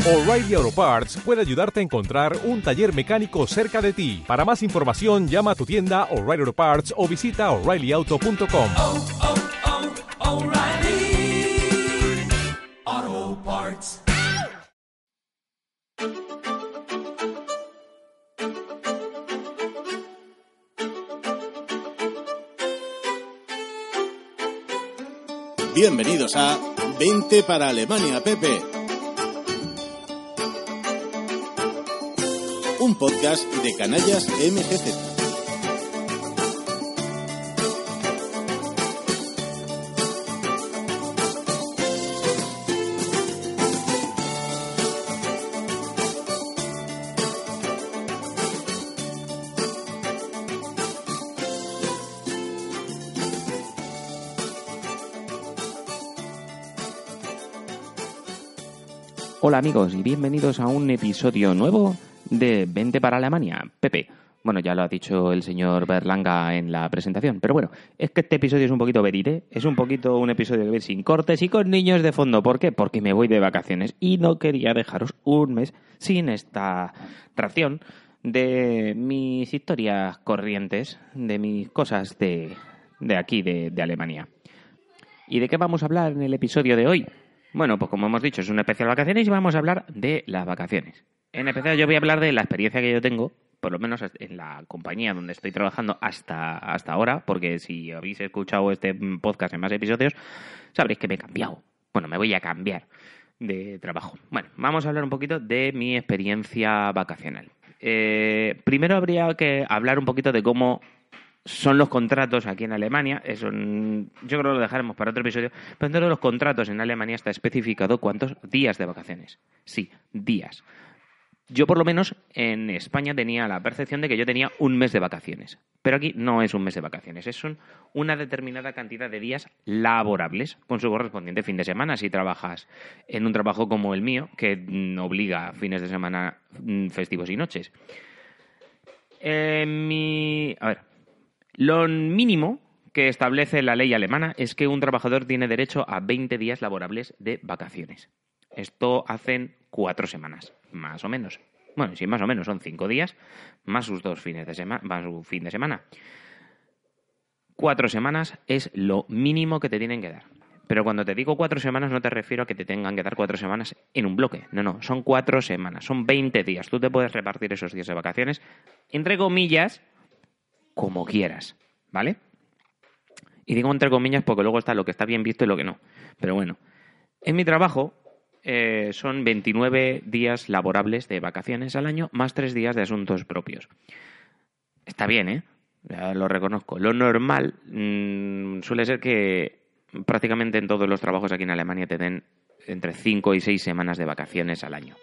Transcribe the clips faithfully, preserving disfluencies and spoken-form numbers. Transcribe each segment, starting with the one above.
O'Reilly Auto Parts puede ayudarte a encontrar un taller mecánico cerca de ti. Para más información, llama a tu tienda O'Reilly Auto Parts o visita O'Reilly Auto punto com. Oh, oh, oh, O'Reilly Auto Parts. Bienvenidos a Vente para Alemania, Pepe. Un podcast de Canallas M G Z. Hola amigos y bienvenidos a un episodio nuevo de Vente para Alemania, Pepe. Bueno, ya lo ha dicho el señor Berlanga en la presentación, pero bueno, es que este episodio es un poquito verité, es un poquito un episodio de ver sin cortes y con niños de fondo. ¿Por qué? Porque me voy de vacaciones y no quería dejaros un mes sin esta ración de mis historias corrientes, de mis cosas de, de aquí, de, de Alemania. ¿Y de qué vamos a hablar en el episodio de hoy? Bueno, pues como hemos dicho, es un especial vacaciones y vamos a hablar de las vacaciones. En especial yo voy a hablar de la experiencia que yo tengo, por lo menos en la compañía donde estoy trabajando hasta, hasta ahora, porque si habéis escuchado este podcast en más episodios, sabréis que me he cambiado. Bueno, me voy a cambiar de trabajo. Bueno, vamos a hablar un poquito de mi experiencia vacacional. Eh, primero habría que hablar un poquito de cómo son los contratos aquí en Alemania. Eso, yo creo que lo dejaremos para otro episodio. Pero dentro de los contratos en Alemania está especificado cuántos días de vacaciones. Sí, días. Yo por lo menos en España tenía la percepción de que yo tenía un mes de vacaciones. Pero aquí no es un mes de vacaciones. Es un, una determinada cantidad de días laborables con su correspondiente fin de semana. Si trabajas en un trabajo como el mío, que obliga a fines de semana festivos y noches. Eh, mi... A ver... Lo mínimo que establece la ley alemana es que un trabajador tiene derecho a veinte días laborables de vacaciones. Esto hacen cuatro semanas, más o menos. Bueno, sí, más o menos, son cinco días, más sus dos fines de semana, más su fin de semana. Cuatro semanas es lo mínimo que te tienen que dar. Pero cuando te digo cuatro semanas no te refiero a que te tengan que dar cuatro semanas en un bloque. No, no, son cuatro semanas, son veinte días. Tú te puedes repartir esos días de vacaciones, entre comillas, como quieras, ¿vale? Y digo entre comillas porque luego está lo que está bien visto y lo que no. Pero bueno, en mi trabajo eh, son veintinueve días laborables de vacaciones al año más tres días de asuntos propios. Está bien, ¿eh? Ya lo reconozco. Lo normal mmm, suele ser que prácticamente en todos los trabajos aquí en Alemania te den entre cinco y seis semanas de vacaciones al año.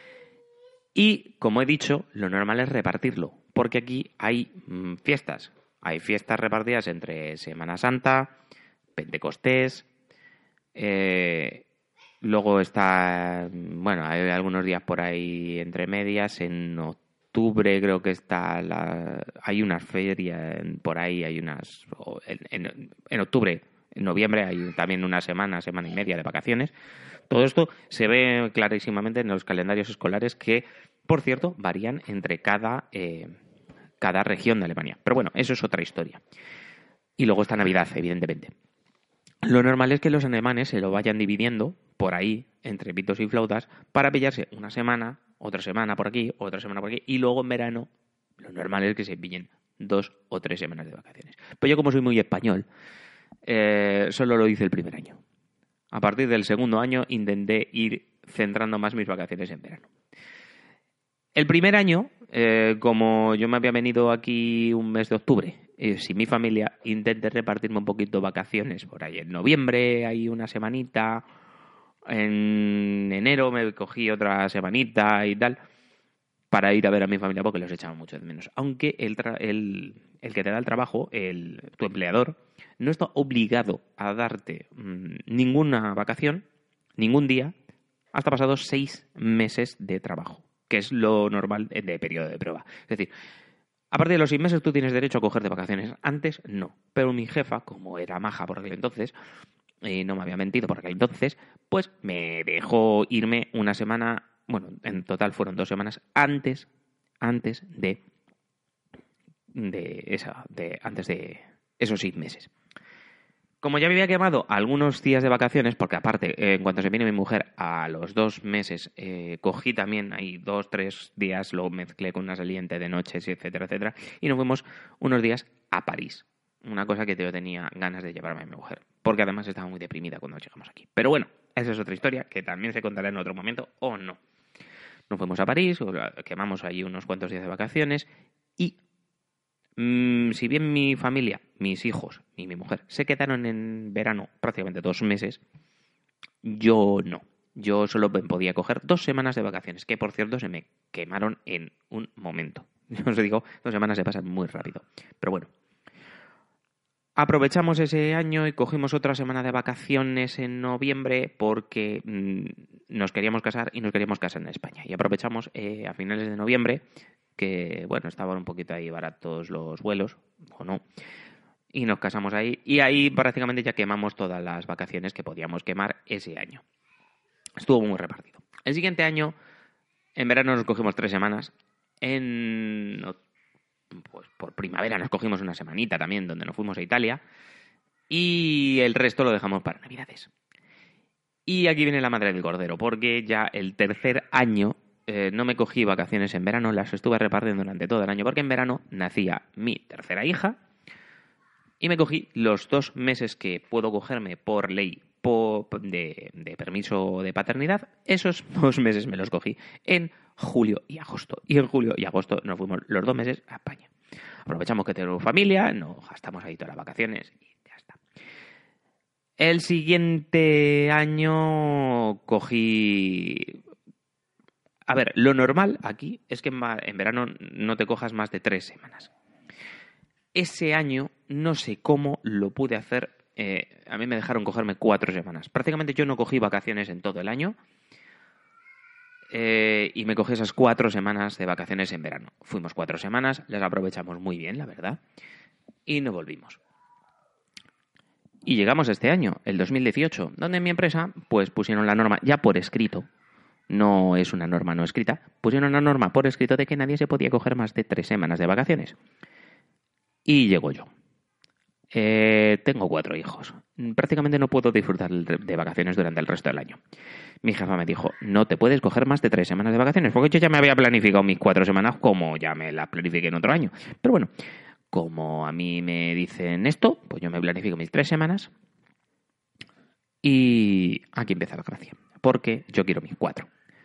Y, como he dicho, lo normal es repartirlo, porque aquí hay mmm, fiestas. Hay fiestas repartidas entre Semana Santa, Pentecostés, eh, luego está, bueno, hay algunos días por ahí entre medias, en octubre creo que está, la, hay unas ferias por ahí, hay unas, en, en, en octubre, en noviembre hay también una semana, semana y media de vacaciones. Todo esto se ve clarísimamente en los calendarios escolares que, por cierto, varían entre cada, eh, cada región de Alemania. Pero bueno, eso es otra historia. Y luego está Navidad, evidentemente. Lo normal es que los alemanes se lo vayan dividiendo por ahí, entre pitos y flautas, para pillarse una semana, otra semana por aquí, otra semana por aquí, y luego en verano lo normal es que se pillen dos o tres semanas de vacaciones. Pues yo, como soy muy español, eh, solo lo hice el primer año. A partir del segundo año intenté ir centrando más mis vacaciones en verano. El primer año, eh, como yo me había venido aquí un mes de octubre, eh, sin mi familia, intenté repartirme un poquito vacaciones por ahí. En noviembre hay una semanita, en enero me cogí otra semanita y tal, para ir a ver a mi familia porque los echaba mucho de menos. Aunque el, tra- el, el que te da el trabajo, el, tu empleador, no está obligado a darte mmm, ninguna vacación, ningún día, hasta pasados seis meses de trabajo, que es lo normal de periodo de prueba. Es decir, a partir de los seis meses tú tienes derecho a cogerte vacaciones. Antes no. Pero mi jefa, como era maja por aquel entonces, y no me había mentido por aquel entonces, pues me dejó irme una semana, bueno, en total fueron dos semanas antes, antes de, de esa, de, antes de esos seis meses. Como ya me había quemado algunos días de vacaciones, porque aparte, eh, en cuanto se vino mi mujer, a los dos meses eh, cogí también ahí dos, tres días, lo mezclé con una saliente de noches, etcétera, etcétera, y nos fuimos unos días a París. Una cosa que yo tenía ganas de llevarme a mi mujer, porque además estaba muy deprimida cuando llegamos aquí. Pero bueno, esa es otra historia que también se contará en otro momento, o no. Nos fuimos a París, quemamos allí unos cuantos días de vacaciones y... si bien mi familia, mis hijos y mi mujer se quedaron en verano prácticamente dos meses, yo no. Yo solo podía coger dos semanas de vacaciones, que por cierto se me quemaron en un momento. Yo os digo, dos semanas se pasan muy rápido. Pero bueno, aprovechamos ese año y cogimos otra semana de vacaciones en noviembre porque mmm, nos queríamos casar y nos queríamos casar en España. Y aprovechamos eh, a finales de noviembre, que, bueno, estaban un poquito ahí baratos los vuelos, o no, y nos casamos ahí, y ahí prácticamente ya quemamos todas las vacaciones que podíamos quemar ese año. Estuvo muy repartido. El siguiente año, en verano nos cogimos tres semanas, en pues por primavera nos cogimos una semanita también, donde nos fuimos a Italia, y el resto lo dejamos para Navidades. Y aquí viene la madre del cordero, porque ya el tercer año... Eh, no me cogí vacaciones en verano, las estuve repartiendo durante todo el año, porque en verano nacía mi tercera hija y me cogí los dos meses que puedo cogerme por ley por, de, de permiso de paternidad. Esos dos meses me los cogí en julio y agosto. Y en julio y agosto nos fuimos los dos meses a España. Aprovechamos que tenemos familia, nos gastamos ahí todas las vacaciones y ya está. El siguiente año cogí... A ver, lo normal aquí es que en verano no te cojas más de tres semanas. Ese año no sé cómo lo pude hacer. Eh, a mí me dejaron cogerme cuatro semanas. Prácticamente yo no cogí vacaciones en todo el año eh, y me cogí esas cuatro semanas de vacaciones en verano. Fuimos cuatro semanas, las aprovechamos muy bien, la verdad, y nos volvimos. Y llegamos este año, el dos mil dieciocho, donde en mi empresa pues pusieron la norma ya por escrito. No es una norma no escrita, pusieron una norma por escrito de que nadie se podía coger más de tres semanas de vacaciones. Y llego yo. Eh, tengo cuatro hijos. Prácticamente no puedo disfrutar de vacaciones durante el resto del año. Mi jefa me dijo, no te puedes coger más de tres semanas de vacaciones, porque yo ya me había planificado mis cuatro semanas como ya me las planifiqué en otro año. Pero bueno, como a mí me dicen esto, pues yo me planifico mis tres semanas y aquí empieza la gracia, porque yo quiero mis cuatro.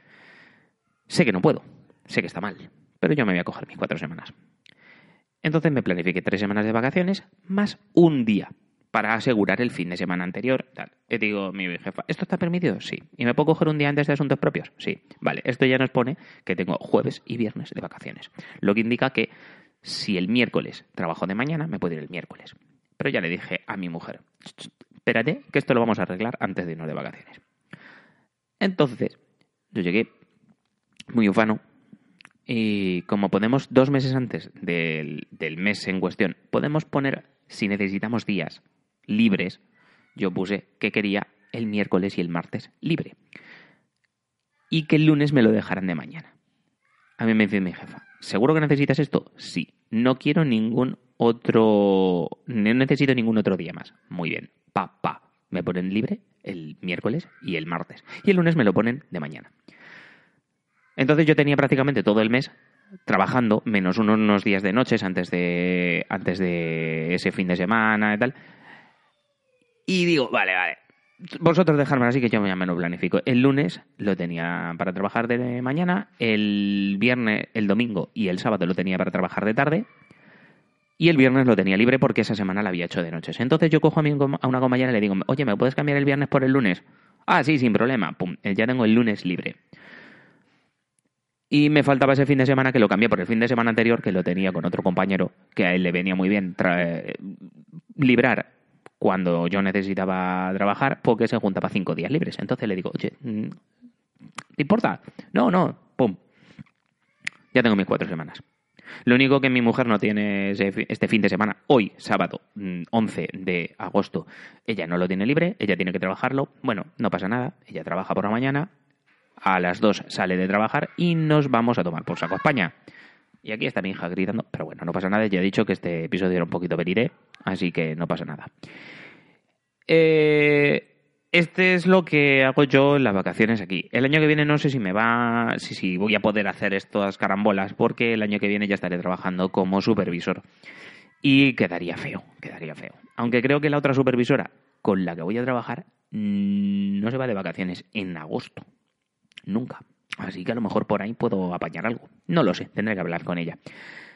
Sé que no puedo, sé que está mal, pero yo me voy a coger mis cuatro semanas. Entonces me planifiqué tres semanas de vacaciones más un día para asegurar el fin de semana anterior. Tal. Y digo, mi jefa, ¿esto está permitido? Sí. ¿Y me puedo coger un día antes de asuntos propios? Sí. Vale, esto ya nos pone que tengo jueves y viernes de vacaciones. Lo que indica que si el miércoles trabajo de mañana, me puedo ir el miércoles. Pero ya le dije a mi mujer, espérate, que esto lo vamos a arreglar antes de irnos de vacaciones. Entonces, yo llegué muy ufano y como podemos dos meses antes del, del mes en cuestión, podemos poner si necesitamos días libres, yo puse que quería el miércoles y el martes libre y que el lunes me lo dejaran de mañana. A mí me dice mi jefa, ¿seguro que necesitas esto? Sí, no quiero ningún otro, no necesito ningún otro día más. Muy bien, pa, pa, me ponen libre el miércoles y el martes y el lunes me lo ponen de mañana. Entonces yo tenía prácticamente todo el mes trabajando, menos unos, unos días de noches antes de, antes de ese fin de semana y tal. Y digo, vale, vale, vosotros dejadme así que yo ya me lo planifico. El lunes lo tenía para trabajar de mañana, el viernes, el domingo y el sábado lo tenía para trabajar de tarde y el viernes lo tenía libre porque esa semana la había hecho de noches. Entonces yo cojo a, mi, a una compañera y le digo, oye, ¿me puedes cambiar el viernes por el lunes? Ah, sí, sin problema. Pum, ya tengo el lunes libre. Y me faltaba ese fin de semana que lo cambié por el fin de semana anterior, que lo tenía con otro compañero, que a él le venía muy bien tra- librar cuando yo necesitaba trabajar, porque se juntaba cinco días libres. Entonces le digo, oye, ¿te importa? No, no, pum. Ya tengo mis cuatro semanas. Lo único que mi mujer no tiene este fin de semana, hoy, sábado, once de agosto, ella no lo tiene libre, ella tiene que trabajarlo. Bueno, no pasa nada, ella trabaja por la mañana a las dos sale de trabajar y nos vamos a tomar por saco a España. Y aquí está mi hija gritando, pero bueno, no pasa nada. Ya he dicho que este episodio era un poquito veriré, así que no pasa nada. Eh... Este es lo que hago yo en las vacaciones aquí. El año que viene no sé si me va, si, si voy a poder hacer estas carambolas, porque el año que viene ya estaré trabajando como supervisor. Y quedaría feo, quedaría feo. Aunque creo que la otra supervisora con la que voy a trabajar mmm, no se va de vacaciones en agosto. Nunca. Así que a lo mejor por ahí puedo apañar algo. No lo sé, tendré que hablar con ella.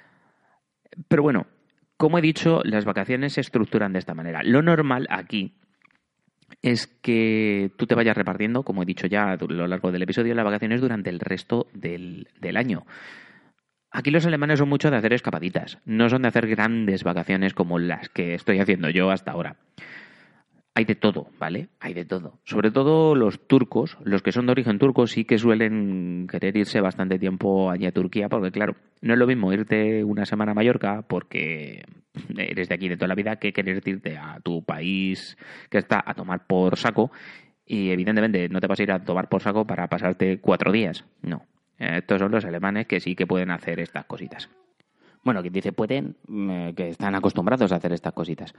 Pero bueno, como he dicho, las vacaciones se estructuran de esta manera. Lo normal aquí es que tú te vayas repartiendo, como he dicho ya a lo largo del episodio, las vacaciones durante el resto del, del año. Aquí los alemanes son mucho de hacer escapaditas, no son de hacer grandes vacaciones como las que estoy haciendo yo hasta ahora. Hay de todo, ¿vale? Hay de todo. Sobre todo los turcos, los que son de origen turco, sí que suelen querer irse bastante tiempo allí a Turquía, porque claro, no es lo mismo irte una semana a Mallorca porque eres de aquí de toda la vida que querer irte a tu país que está a tomar por saco y evidentemente no te vas a ir a tomar por saco para pasarte cuatro días. No. Estos son los alemanes que sí que pueden hacer estas cositas. Bueno, quien dice pueden, que están acostumbrados a hacer estas cositas.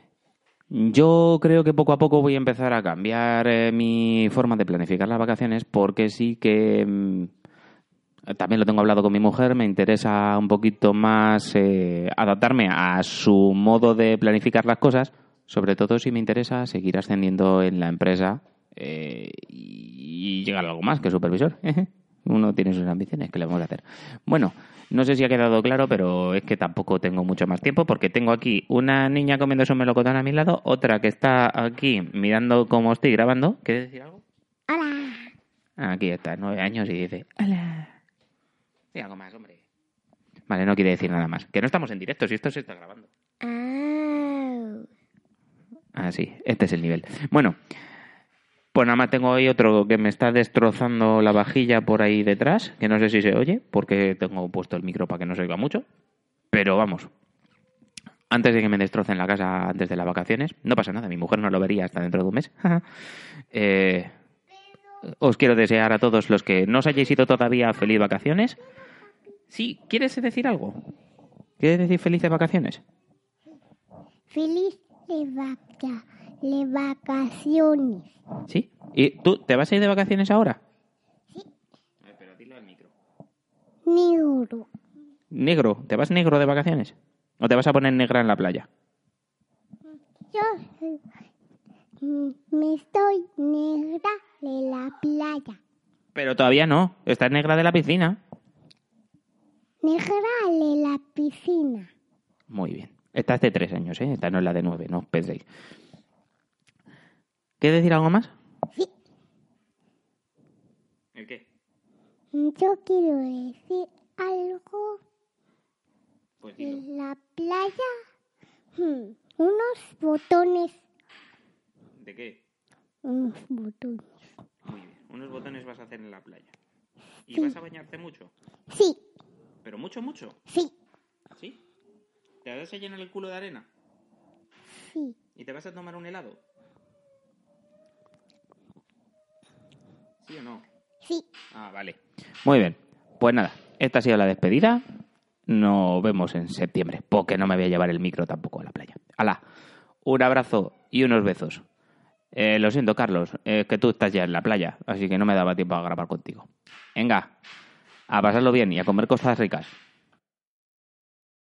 Yo creo que poco a poco voy a empezar a cambiar eh, mi forma de planificar las vacaciones porque sí que mmm, también lo tengo hablado con mi mujer, me interesa un poquito más eh, adaptarme a su modo de planificar las cosas, sobre todo si me interesa seguir ascendiendo en la empresa eh, y llegar a algo más que supervisor. Uno tiene sus ambiciones, ¿qué le vamos a hacer? Bueno, no sé si ha quedado claro, pero es que tampoco tengo mucho más tiempo porque tengo aquí una niña comiéndose un melocotón a mi lado, otra que está aquí mirando cómo estoy grabando. ¿Quieres decir algo? Hola. Aquí está, nueve años y dice hola. Di algo más, hombre. Vale, no quiere decir nada más. Que no estamos en directo, si esto se está grabando. Oh. Ah, sí, este es el nivel. Bueno, pues nada más tengo ahí otro que me está destrozando la vajilla por ahí detrás, que no sé si se oye, porque tengo puesto el micro para que no se oiga mucho. Pero vamos, antes de que me destrocen la casa antes de las vacaciones, no pasa nada, mi mujer no lo vería hasta dentro de un mes. eh, os quiero desear a todos los que no os hayáis ido todavía feliz vacaciones. Sí, ¿quieres decir algo? ¿Quieres decir felices vacaciones? Feliz de, vaca, de vacaciones. ¿Sí? ¿Y tú te vas a ir de vacaciones ahora? Sí. Ay, pero dilo al micro. Negro. ¿Negro? ¿Te vas negro de vacaciones? ¿O te vas a poner negra en la playa? Yo mm, me estoy negra de la playa. Pero todavía no. Estás negra de la piscina. Negra de la piscina. Muy bien. Esta es de tres años, ¿eh? Esta no es la de nueve, no os penséis. ¿Quieres decir algo más? Sí. ¿El qué? Yo quiero decir algo Pues de dilo. la playa. Hmm, unos botones. ¿De qué? Unos botones. Muy bien. Unos botones vas a hacer en la playa. ¿Y Sí. vas a bañarte mucho? Sí, ¿Pero mucho, mucho? sí, ¿Sí? ¿Te vas a llenar el culo de arena? sí. ¿Y te vas a tomar un helado? ¿Sí o no? Sí. Ah, vale. Muy bien. Pues nada, esta ha sido la despedida. Nos vemos en septiembre, porque no me voy a llevar el micro tampoco a la playa. ¡Hala! Un abrazo y unos besos. Eh, lo siento, Carlos, es que tú estás ya en la playa, así que no me daba tiempo a grabar contigo. Venga, a pasarlo bien y a comer cosas ricas.